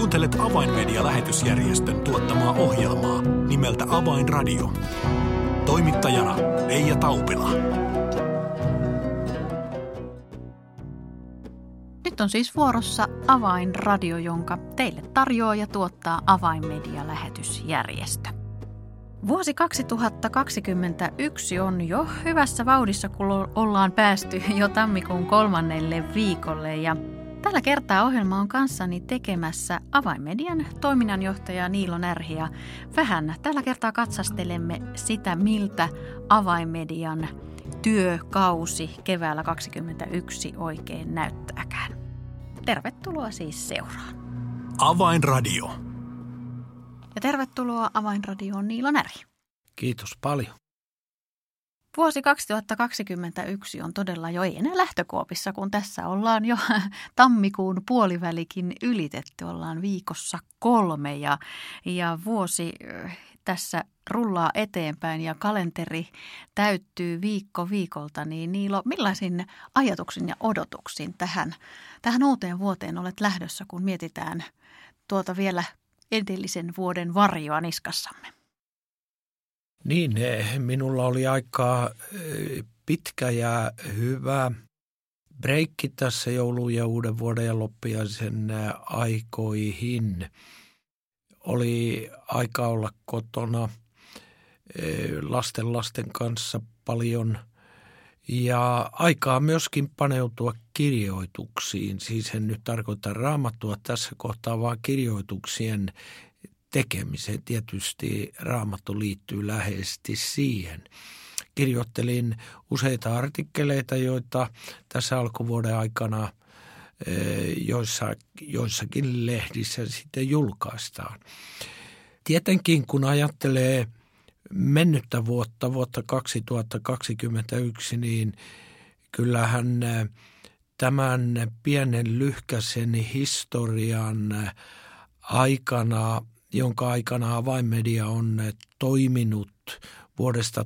Kuuntelet Avainmedia-lähetysjärjestön tuottamaa ohjelmaa nimeltä Avainradio. Toimittajana Eija Taupila. Nyt on siis vuorossa Avainradio, jonka teille tarjoaa ja tuottaa Avainmedia-lähetysjärjestö. Vuosi 2021 on jo hyvässä vauhdissa, kun ollaan päästy jo tammikuun 3. viikolle. Ja tällä kertaa ohjelma on kanssani tekemässä Avainmedian toiminnanjohtaja Niilo Närhi. Ja vähän tällä kertaa katsastelemme sitä, miltä Avainmedian työkausi keväällä 2021 oikein näyttääkään. Tervetuloa siis seuraan. Avainradio. Ja tervetuloa Avainradioon Niilo Närhi. Kiitos paljon. Vuosi 2021 on todella jo ei enää lähtökuopissa, kun tässä ollaan jo tammikuun puolivälikin ylitetty. Ollaan viikossa 3 ja vuosi tässä rullaa eteenpäin ja kalenteri täyttyy viikko viikolta. Niin Niilo, millaisin ajatuksin ja odotuksin tähän uuteen vuoteen olet lähdössä, kun mietitään tuota vielä edellisen vuoden varjoa niskassamme? Niin, minulla oli aika pitkä ja hyvä breikki tässä joulun ja uuden vuoden ja loppiaisen aikoihin. Oli aika olla kotona lasten kanssa paljon ja aikaa myöskin paneutua kirjoituksiin. Siis en nyt tarkoita raamattua tässä kohtaa, vaan kirjoituksien tekemiseen. Tietysti Raamattu liittyy läheisesti siihen. Kirjoittelin useita artikkeleita, joita tässä alkuvuoden aikana joissakin lehdissä sitten julkaistaan. Tietenkin kun ajattelee mennyttä vuotta 2021, niin kyllähän tämän pienen lyhkäisen historian aikana, jonka aikana Avainmedia on toiminut vuodesta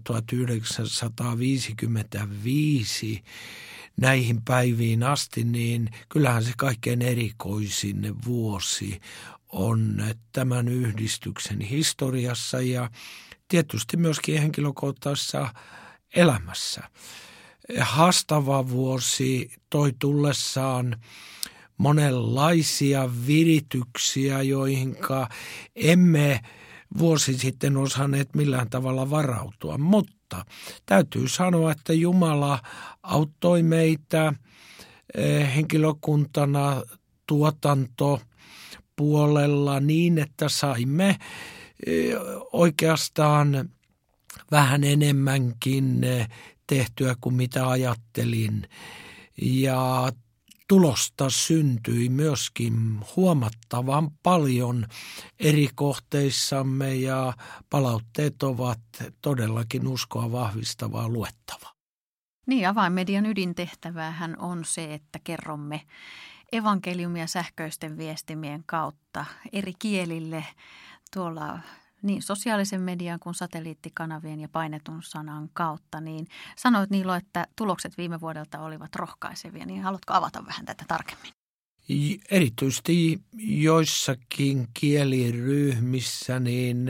1955 näihin päiviin asti, niin kyllähän se kaikkein erikoisin vuosi on tämän yhdistyksen historiassa ja tietysti myöskin henkilökohtaisessa elämässä. Haastava vuosi toi tullessaan monenlaisia virityksiä, joihinka emme vuosi sitten osanneet millään tavalla varautua. Mutta täytyy sanoa, että Jumala auttoi meitä henkilökuntana tuotantopuolella niin, että saimme oikeastaan vähän enemmänkin tehtyä kuin mitä ajattelin. Ja tulosta syntyi myöskin huomattavan paljon eri kohteissamme ja palautteet ovat todellakin uskoa vahvistavaa luettavaa. Niin, Avainmedian ydintehtävähän on se, että kerromme evankeliumia sähköisten viestimien kautta eri kielille tuolla niin sosiaalisen median kuin satelliittikanavien ja painetun sanan kautta. Niin sanoit Niilo, että tulokset viime vuodelta olivat rohkaisevia, niin haluatko avata vähän tätä tarkemmin? Erityisesti joissakin kieliryhmissä niin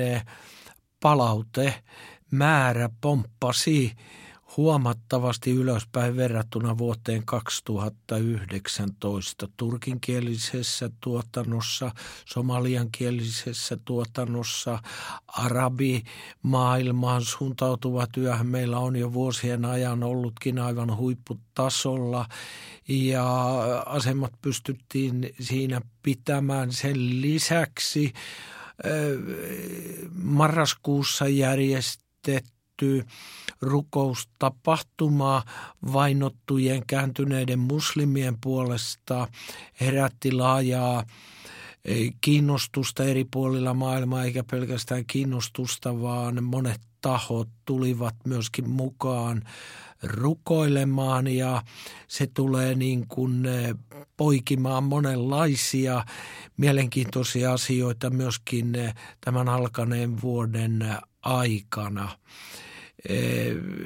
palautemäärä pomppasi huomattavasti ylöspäin verrattuna vuoteen 2019 turkinkielisessä tuotannossa, somaliankielisessä tuotannossa, arabimaailmaan suuntautuva työhän meillä on jo vuosien ajan ollutkin aivan huipputasolla ja asemat pystyttiin siinä pitämään sen lisäksi. Marraskuussa järjestetty rukoustapahtuma vainottujen kääntyneiden muslimien puolesta herätti laajaa kiinnostusta eri puolilla maailmaa, eikä pelkästään kiinnostusta, vaan monet tahot tulivat myöskin mukaan rukoilemaan ja se tulee niin kuin poikimaan monenlaisia mielenkiintoisia asioita myöskin tämän alkaneen vuoden aikana.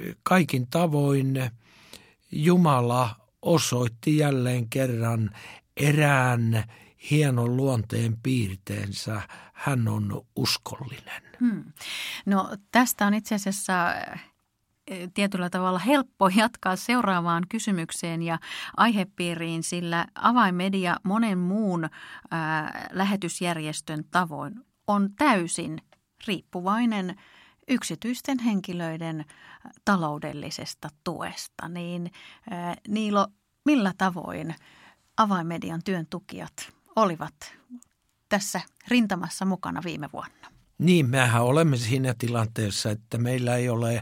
Kaikin tavoin Jumala osoitti jälleen kerran, erään hienon luonteen piirteensä. Hän on uskollinen. No tästä on itse asiassa tietyllä tavalla helppo jatkaa seuraavaan kysymykseen ja aihepiiriin, sillä Avainmedia monen muun lähetysjärjestön tavoin on täysin riippuvainen yksityisten henkilöiden taloudellisesta tuesta. Niin Niilo, millä tavoin Avainmedian työntukijat olivat tässä rintamassa mukana viime vuonna? Niin, mehän olemme siinä tilanteessa, että meillä ei ole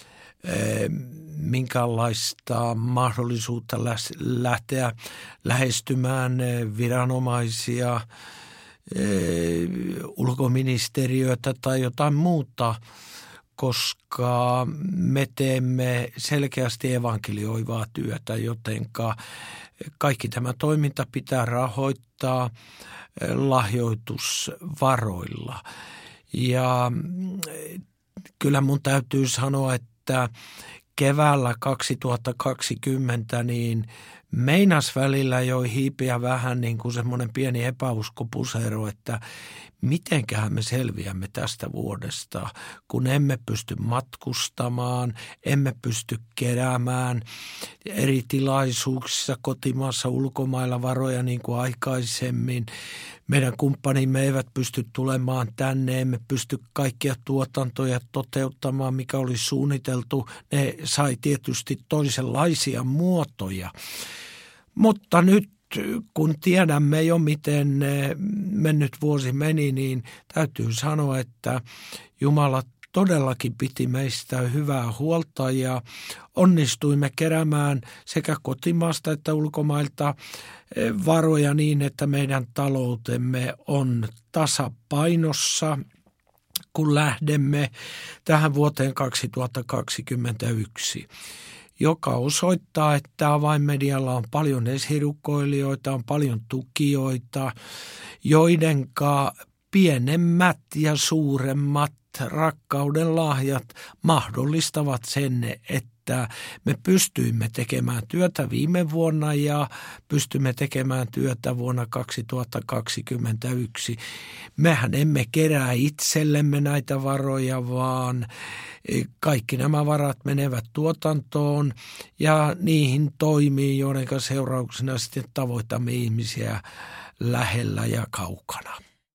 minkäänlaista mahdollisuutta lähteä lähestymään viranomaisia, ulkoministeriötä tai jotain muuta, koska me teemme selkeästi evankelioivaa työtä, jotenka kaikki tämä toiminta pitää rahoittaa lahjoitusvaroilla. Ja kyllä mun täytyy sanoa, että keväällä 2020 niin meinas välillä jo hiipiä vähän niin kuin semmoinen pieni epäuskopusero, että mitenköhän me selviämme tästä vuodesta, kun emme pysty matkustamaan, emme pysty keräämään eri tilaisuuksissa kotimaassa ulkomailla varoja niin kuin aikaisemmin. Meidän kumppanimme eivät pysty tulemaan tänne, emme pysty kaikkia tuotantoja toteuttamaan, mikä oli suunniteltu. Ne sai tietysti toisenlaisia muotoja, mutta nyt kun tiedämme jo, miten mennyt vuosi meni, niin täytyy sanoa, että Jumala todellakin piti meistä hyvää huolta ja onnistuimme keräämään sekä kotimaasta että ulkomailta varoja niin, että meidän taloutemme on tasapainossa, kun lähdemme tähän vuoteen 2021. Joka osoittaa, että Avainmedialla on paljon esirukoilijoita, on paljon tukijoita, joidenka pienemmät ja suuremmat rakkauden lahjat mahdollistavat sen, että me pystyimme tekemään työtä viime vuonna ja pystymme tekemään työtä vuonna 2021. Mehän emme kerää itsellemme näitä varoja, vaan kaikki nämä varat menevät tuotantoon ja niihin toimii, joiden seurauksena sitten tavoitamme ihmisiä lähellä ja kaukana.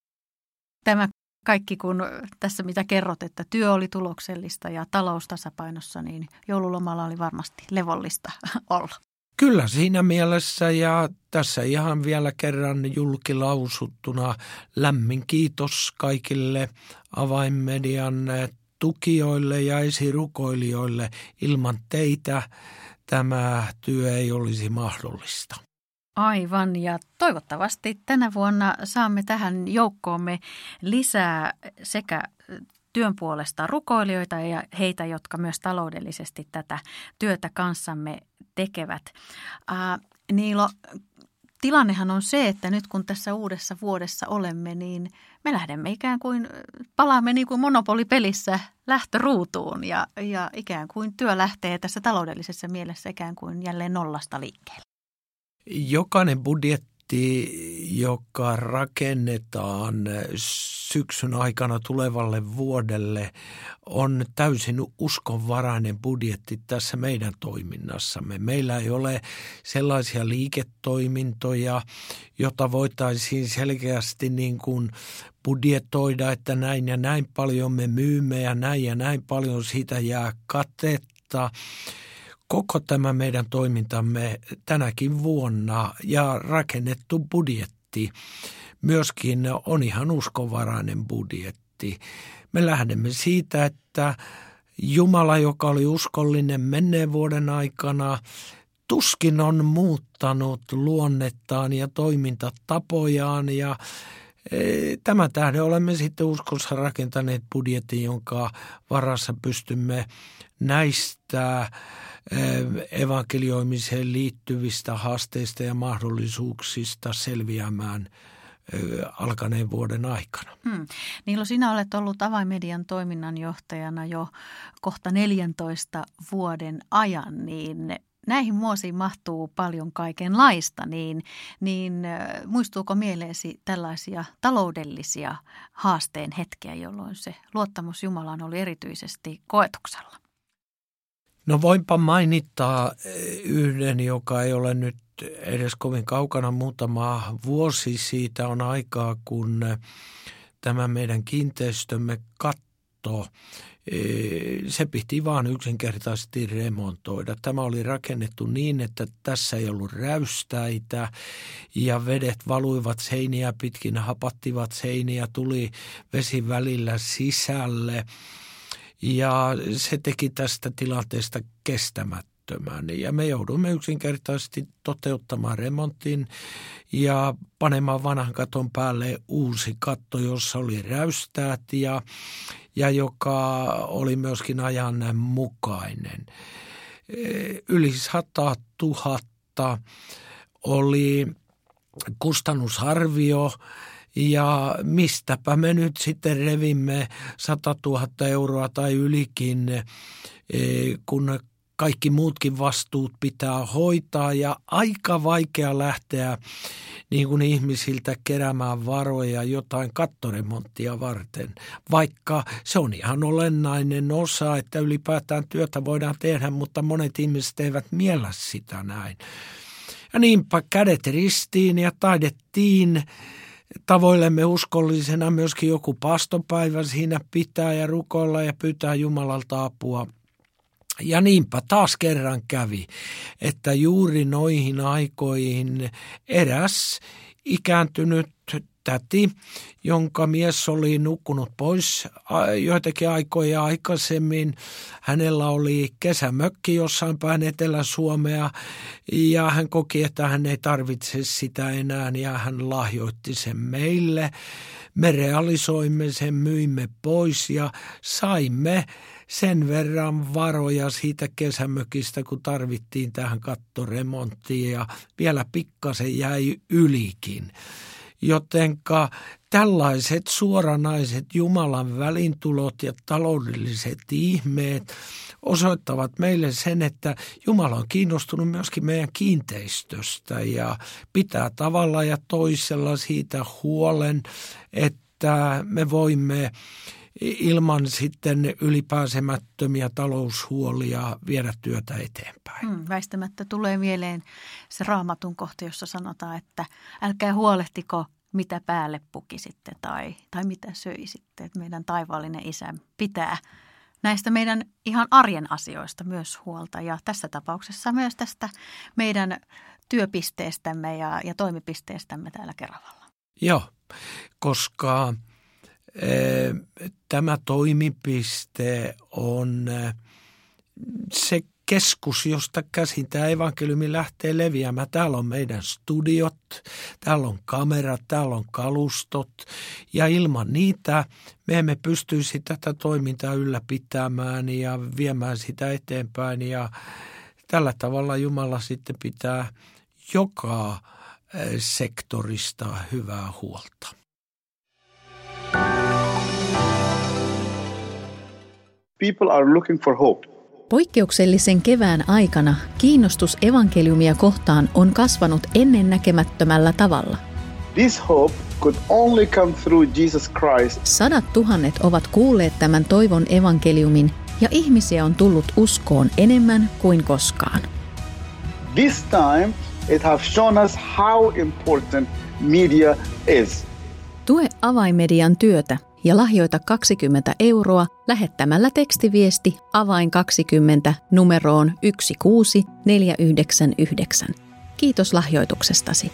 Tämä kaikki, kun tässä mitä kerrot, että työ oli tuloksellista ja talous tasapainossa, niin joululomalla oli varmasti levollista olla. Kyllä siinä mielessä, ja tässä ihan vielä kerran julkilausuttuna lämmin kiitos kaikille Avainmedian tukijoille ja esirukoilijoille. Ilman teitä tämä työ ei olisi mahdollista. Aivan, ja toivottavasti tänä vuonna saamme tähän joukkoomme lisää sekä työn puolesta rukoilijoita ja heitä, jotka myös taloudellisesti tätä työtä kanssamme tekevät. Niilo, tilannehan on se, että nyt kun tässä uudessa vuodessa olemme, niin me lähdemme ikään kuin, palaamme niin kuin monopolipelissä lähtöruutuun ja ikään kuin työ lähtee tässä taloudellisessa mielessä ikään kuin jälleen nollasta liikkeelle. Jokainen budjetti, joka rakennetaan syksyn aikana tulevalle vuodelle, on täysin uskonvarainen budjetti tässä meidän toiminnassamme. Meillä ei ole sellaisia liiketoimintoja, jota voitaisiin selkeästi niin kuin budjetoida, että näin ja näin paljon me myymme ja näin paljon siitä jää katetta. Koko tämä meidän toimintamme tänäkin vuonna ja rakennettu budjetti myöskin on ihan uskonvarainen budjetti. Me lähdemme siitä, että Jumala, joka oli uskollinen menneen vuoden aikana, tuskin on muuttanut luonnettaan ja toimintatapojaan ja tämän tähden olemme sitten uskossa rakentaneet budjetin, jonka varassa pystymme näistä evankelioimiseen liittyvistä haasteista ja mahdollisuuksista selviämään alkaneen vuoden aikana. Niilo, sinä olet ollut Avainmedian toiminnanjohtajana jo kohta 14 vuoden ajan, niin näihin vuosiin mahtuu paljon kaikenlaista, niin muistuuko mieleesi tällaisia taloudellisia haasteen hetkiä, jolloin se luottamus Jumalaan oli erityisesti koetuksella? No voinpa mainita yhden, joka ei ole nyt edes kovin kaukana, muutama vuosi siitä on aikaa, kun tämä meidän kiinteistömme katto, se piti vaan yksinkertaisesti remontoida. Tämä oli rakennettu niin, että tässä ei ollut räystäitä ja vedet valuivat seiniä pitkin, hapattivat seiniä, tuli vesi välillä sisälle ja se teki tästä tilanteesta kestämättömän. Ja me joudumme yksinkertaisesti toteuttamaan remontin ja panemaan vanhan katon päälle uusi katto, jossa oli räystäät ja joka oli myöskin ajan mukainen. Yli 100 000 oli kustannusarvio ja mistäpä me nyt sitten revimme 100 000 euroa tai ylikin, kun kaikki muutkin vastuut pitää hoitaa ja aika vaikea lähteä niin kuin ihmisiltä keräämään varoja jotain kattoremonttia varten, vaikka se on ihan olennainen osa, että ylipäätään työtä voidaan tehdä, mutta monet ihmiset eivät miellä sitä näin. Ja niinpä kädet ristiin ja taidettiin tavoillemme uskollisena myöskin joku paastopäivä siinä pitää ja rukoilla ja pyytää Jumalalta apua. Ja niinpä taas kerran kävi, että juuri noihin aikoihin eräs ikääntynyt täti, jonka mies oli nukkunut pois joitakin aikoja aikaisemmin. Hänellä oli kesämökki jossain päin Etelä-Suomea ja hän koki, että hän ei tarvitse sitä enää ja hän lahjoitti sen meille. Me realisoimme sen, myimme pois ja saimme sen verran varoja siitä kesämökistä, kun tarvittiin tähän kattoremonttiin ja vielä pikkasen jäi ylikin. Jotenka tällaiset suoranaiset Jumalan välintulot ja taloudelliset ihmeet osoittavat meille sen, että Jumala on kiinnostunut myöskin meidän kiinteistöstä ja pitää tavalla ja toisella siitä huolen, että me voimme ilman sitten ylipääsemättömiä taloushuolia viedä työtä eteenpäin. Väistämättä tulee mieleen se Raamatun kohta, jossa sanotaan, että älkää huolehtiko, mitä päälle pukisitte tai mitä söisitte. Että meidän taivaallinen Isä pitää näistä meidän ihan arjen asioista myös huolta ja tässä tapauksessa myös tästä meidän työpisteestämme ja toimipisteestämme täällä Keravalla. Joo, koska tämä toimipiste on se keskus, josta käsin tämä evankeliumi lähtee leviämään. Täällä on meidän studiot, täällä on kamerat, täällä on kalustot ja ilman niitä me emme pystyisi tätä toimintaa ylläpitämään ja viemään sitä eteenpäin ja tällä tavalla Jumala sitten pitää joka sektorista hyvää huolta. People are looking for hope. Poikkeuksellisen kevään aikana kiinnostus evankeliumia kohtaan on kasvanut ennennäkemättömällä tavalla. This hope could only come through Jesus Christ. 100 000 ovat kuulleet tämän toivon evankeliumin ja ihmisiä on tullut uskoon enemmän kuin koskaan. This time it has shown us how important media is. Tue Avainmedian työtä ja lahjoita 20 € lähettämällä tekstiviesti avain 20 numeroon 16499. Kiitos lahjoituksestasi.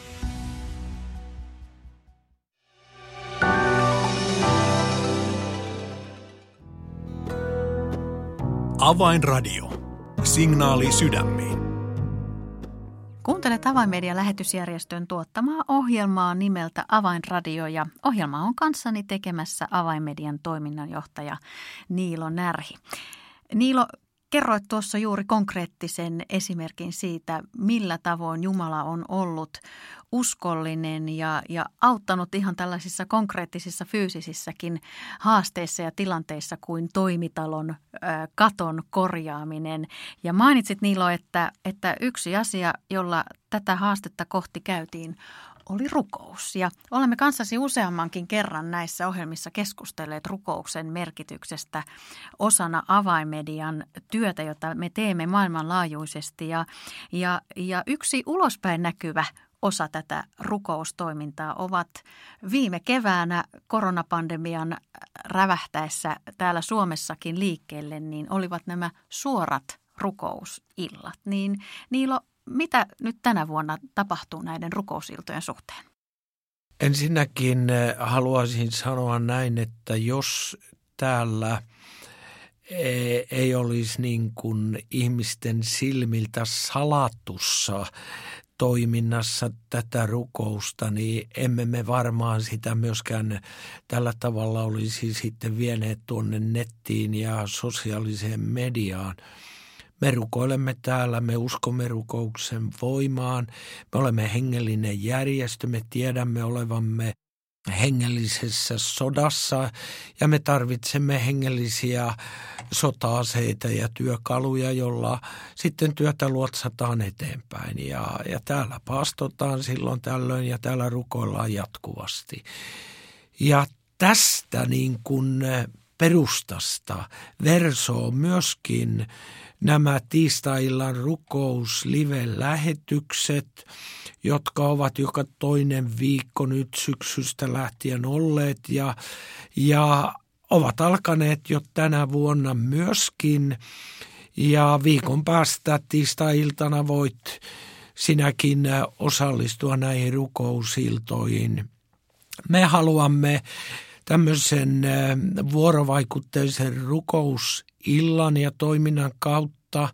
Avainradio. Signaali sydämiin. Kuuntelet Avainmedian lähetysjärjestön tuottamaa ohjelmaa nimeltä Avainradio ja ohjelma on kanssani tekemässä Avainmedian toiminnanjohtaja Niilo Närhi. Niilo, kerroit tuossa juuri konkreettisen esimerkin siitä, millä tavoin Jumala on ollut uskollinen ja auttanut ihan tällaisissa konkreettisissa fyysisissäkin haasteissa ja tilanteissa kuin toimitalon katon korjaaminen. Ja mainitsit, Niilo, että yksi asia, jolla tätä haastetta kohti käytiin, oli rukous. Ja olemme kanssasi useammankin kerran näissä ohjelmissa keskustelleet rukouksen merkityksestä osana avainmedian työtä, jota me teemme maailmanlaajuisesti. Ja yksi ulospäin näkyvä osa tätä rukoustoimintaa ovat viime keväänä koronapandemian rävähtäessä täällä Suomessakin liikkeelle, niin olivat nämä suorat rukousillat. Niin Niilo, mitä nyt tänä vuonna tapahtuu näiden rukousiltojen suhteen? Ensinnäkin haluaisin sanoa näin, että jos täällä ei olisi niin kuin ihmisten silmiltä salatussa toiminnassa tätä rukousta, niin emme me varmaan sitä myöskään tällä tavalla olisi sitten vieneet tuonne nettiin ja sosiaaliseen mediaan. Me rukoilemme täällä, me uskomme rukouksen voimaan, me olemme hengellinen järjestö, me tiedämme olevamme hengellisessä sodassa ja me tarvitsemme hengellisiä sota-aseita ja työkaluja, jolla sitten työtä luotsataan eteenpäin. Ja täällä paastotaan silloin tällöin ja täällä rukoillaan jatkuvasti. Ja tästä niin kuin perustasta versoo myöskin nämä tiistai-illan rukous-live-lähetykset, jotka ovat joka toinen viikko nyt syksystä lähtien olleet ja ovat alkaneet jo tänä vuonna myöskin. Ja viikon päästä tiistai-iltana voit sinäkin osallistua näihin rukousiltoihin. Me haluamme tämmöisen vuorovaikutteisen rukousillan ja toiminnan kautta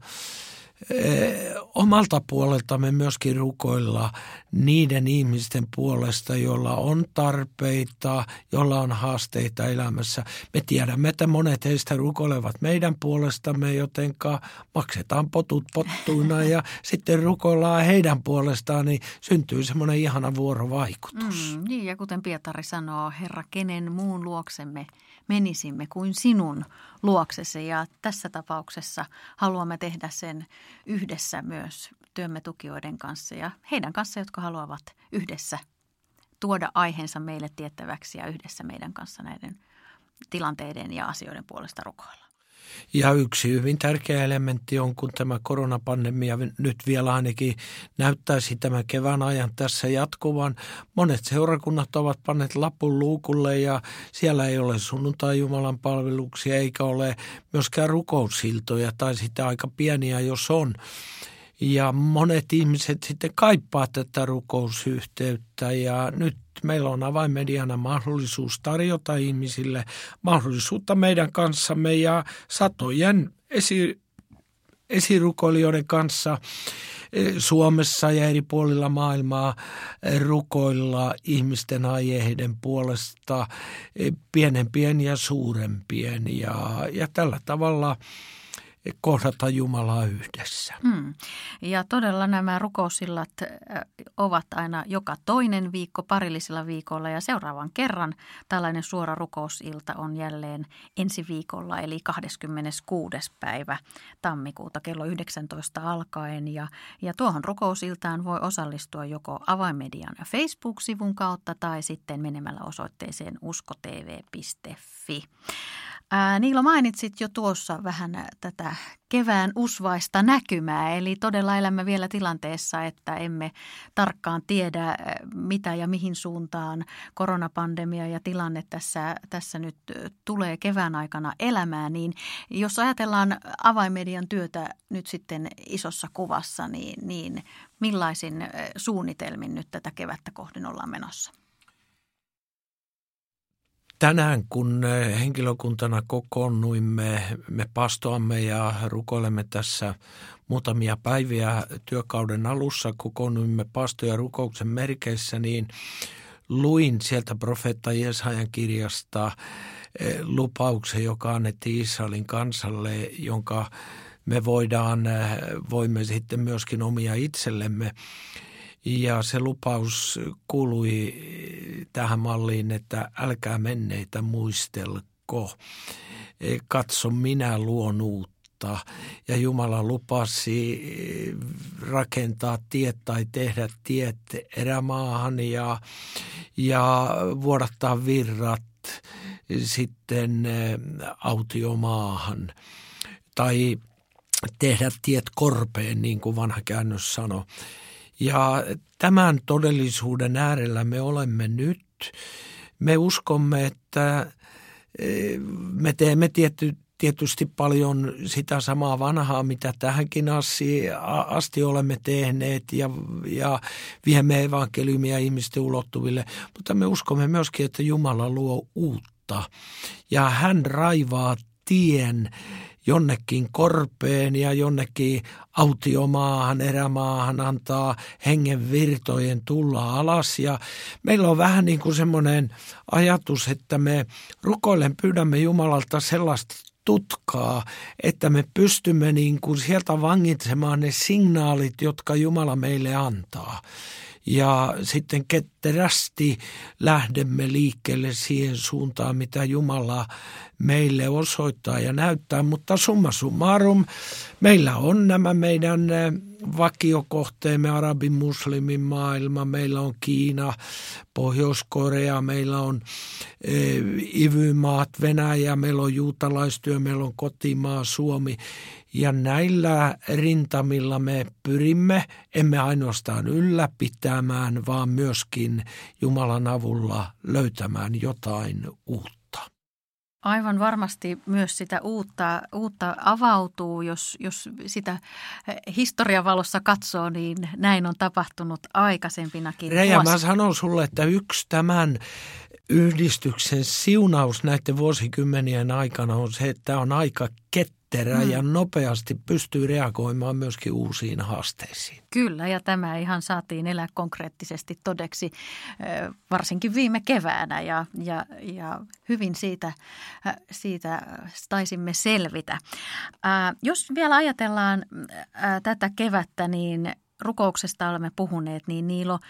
omalta puoleltamme myöskin rukoilla niiden ihmisten puolesta, joilla on tarpeita, joilla on haasteita elämässä. Me tiedämme, että monet heistä rukoilevat meidän puolestamme, jotenka maksetaan potut pottuina ja sitten rukoillaan heidän puolestaan, niin syntyy semmoinen ihana vuorovaikutus. Niin, ja kuten Pietari sanoo, Herra, kenen muun luoksemme menisimme kuin sinun luoksesi, ja tässä tapauksessa haluamme tehdä sen yhdessä myös työmme tukijoiden kanssa ja heidän kanssa, jotka haluavat yhdessä tuoda aiheensa meille tiettäväksi ja yhdessä meidän kanssa näiden tilanteiden ja asioiden puolesta rukoilla. Ja yksi hyvin tärkeä elementti on, kun tämä koronapandemia nyt vielä ainakin näyttäisi tämän kevään ajan tässä jatkuvan. Monet seurakunnat ovat panneet lapun luukulle ja siellä ei ole sunnuntai-Jumalan palveluksia eikä ole myöskään rukousiltoja tai sitten aika pieniä, jos on. Ja monet ihmiset sitten kaipaa tätä rukousyhteyttä ja nyt meillä on avainmediana mahdollisuus tarjota ihmisille mahdollisuutta meidän kanssamme ja satojen esirukoilijoiden kanssa Suomessa ja eri puolilla maailmaa rukoilla ihmisten aiheiden puolesta pienempien ja suurempien ja tällä tavalla kohdata Jumalaa yhdessä. Ja todella nämä rukousillat ovat aina joka toinen viikko parillisilla viikolla ja seuraavan kerran tällainen suora rukousilta on jälleen ensi viikolla eli 26. päivä tammikuuta kello 19 alkaen ja tuohon rukousiltaan voi osallistua joko avainmedian Facebook-sivun kautta tai sitten menemällä osoitteeseen uskotv.fi. Niilo, mainitsit jo tuossa vähän tätä kevään usvaista näkymää, eli todella elämme vielä tilanteessa, että emme tarkkaan tiedä, mitä ja mihin suuntaan koronapandemia ja tilanne tässä nyt tulee kevään aikana elämään. Niin jos ajatellaan avainmedian työtä nyt sitten isossa kuvassa, niin millaisin suunnitelmin nyt tätä kevättä kohden ollaan menossa? Tänään, kun henkilökuntana kokoonnuimme, me pastoamme ja rukoilemme tässä muutamia päiviä työkauden alussa, kokoonnuimme pasto- ja rukouksen merkeissä, niin luin sieltä profeetta Jesajan kirjasta lupauksen, joka annettiin Israelin kansalle, jonka me voimme sitten myöskin omia itsellemme. Ja se lupaus kuului tähän malliin, että älkää menneitä muistelko, katso minä luon uutta. Ja Jumala lupasi rakentaa tiet tai tehdä tiet erämaahan ja vuodattaa virrat sitten autiomaahan tai tehdä tiet korpeen, niin kuin vanha käännös sanoi. Ja tämän todellisuuden äärellä me olemme nyt. Me uskomme, että me teemme tietysti paljon sitä samaa vanhaa, mitä tähänkin asti olemme tehneet ja viemme evankeliumia ihmisten ulottuville. Mutta me uskomme myöskin, että Jumala luo uutta ja hän raivaa tien jonnekin korpeen ja jonnekin autiomaahan, erämaahan, antaa hengen virtojen tulla alas. Ja meillä on vähän niin kuin semmoinen ajatus, että me rukoillen pyydämme Jumalalta sellaista tutkaa, että me pystymme niin kuin sieltä vangitsemaan ne signaalit, jotka Jumala meille antaa. Ja sitten ketterästi lähdemme liikkeelle siihen suuntaan, mitä Jumala meille osoittaa ja näyttää. Mutta summa summarum, meillä on nämä meidän vakiokohteemme, arabin muslimin maailma, meillä on Kiina, Pohjois-Korea, meillä on Ivymaat, Venäjä, meillä on juutalaistyö, meillä on kotimaa, Suomi. Ja näillä rintamilla me pyrimme, emme ainoastaan ylläpitämään, vaan myöskin Jumalan avulla löytämään jotain uutta. Aivan varmasti myös sitä uutta avautuu, jos sitä historian valossa katsoo, niin näin on tapahtunut aikaisempinakin Reija, mä sanon sulle, että yksi tämän yhdistyksen siunaus näiden vuosikymmenien aikana on se, että on aika ketterä ja nopeasti pystyy reagoimaan myöskin uusiin haasteisiin. Kyllä, ja tämä ihan saatiin elää konkreettisesti todeksi varsinkin viime keväänä ja hyvin siitä taisimme selvitä. Jos vielä ajatellaan tätä kevättä, niin rukouksesta olemme puhuneet, niin Niilo,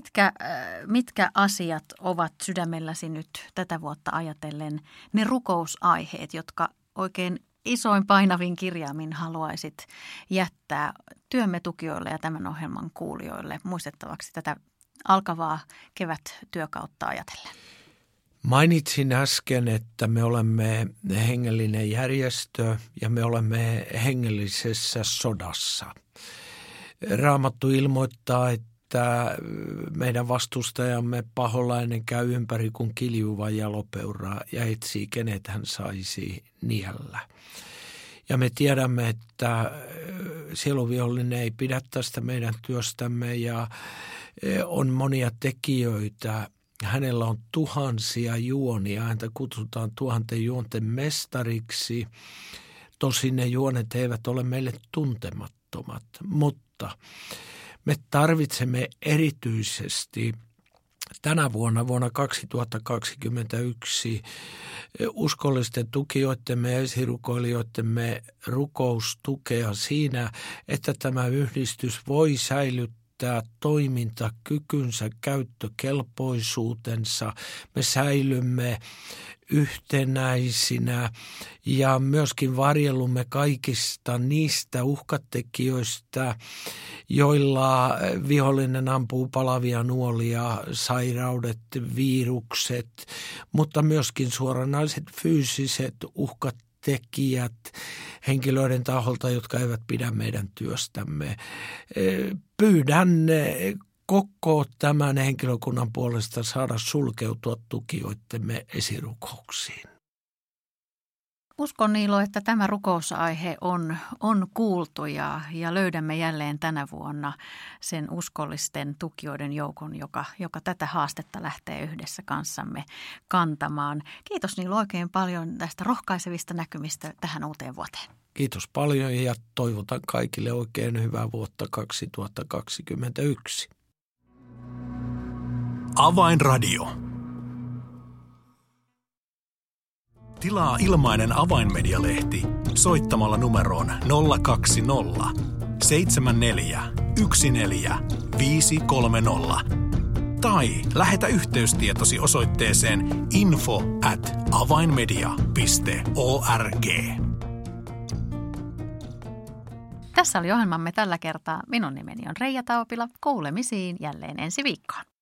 mitkä asiat ovat sydämelläsi nyt tätä vuotta ajatellen ne rukousaiheet, jotka oikein isoin painavin kirjaimin haluaisit jättää työmme tukijoille ja tämän ohjelman kuulijoille muistettavaksi tätä alkavaa kevättyökautta ajatellen? Mainitsin äsken, että me olemme hengellinen järjestö ja me olemme hengellisessä sodassa. Raamattu ilmoittaa, että meidän vastustajamme paholainen käy ympäri kuin kiljuva jalopeura ja etsii, kenet hän saisi niellä. Ja me tiedämme, että sieluvihollinen ei pidä tästä meidän työstämme ja on monia tekijöitä. Hänellä on tuhansia juonia, häntä kutsutaan 1000 juonten mestariksi. Tosin ne juonet eivät ole meille tuntemattomat, mutta me tarvitsemme erityisesti tänä vuonna 2021 uskollisten tukijoittemme ja esirukoilijoittemme rukoustukea siinä, että tämä yhdistys voi säilyttää toimintakykynsä, käyttökelpoisuutensa. Me säilymme yhtenäisinä ja myöskin varjelumme kaikista niistä uhkatekijöistä, joilla vihollinen ampuu palavia nuolia, sairaudet, virukset, mutta myöskin suoranaiset fyysiset uhkatekijät henkilöiden taholta, jotka eivät pidä meidän työstämme. Pyydän koko tämän henkilökunnan puolesta saada sulkeutua tukijoittemme esirukouksiin. Uskon, Niilo, että tämä rukousaihe on kuultu ja löydämme jälleen tänä vuonna sen uskollisten tukijoiden joukon, joka tätä haastetta lähtee yhdessä kanssamme kantamaan. Kiitos Niilo oikein paljon tästä rohkaisevista näkymistä tähän uuteen vuoteen. Kiitos paljon ja toivotan kaikille oikein hyvää vuotta 2021. Avainradio. Tilaa ilmainen avainmedialehti soittamalla numeroon 020 74 14 530 tai lähetä yhteystietosi osoitteeseen info@avainmedia.org. Tässä oli ohjelmamme tällä kertaa. Minun nimeni on Reija Taupila. Kuulemisiin jälleen ensi viikkoon.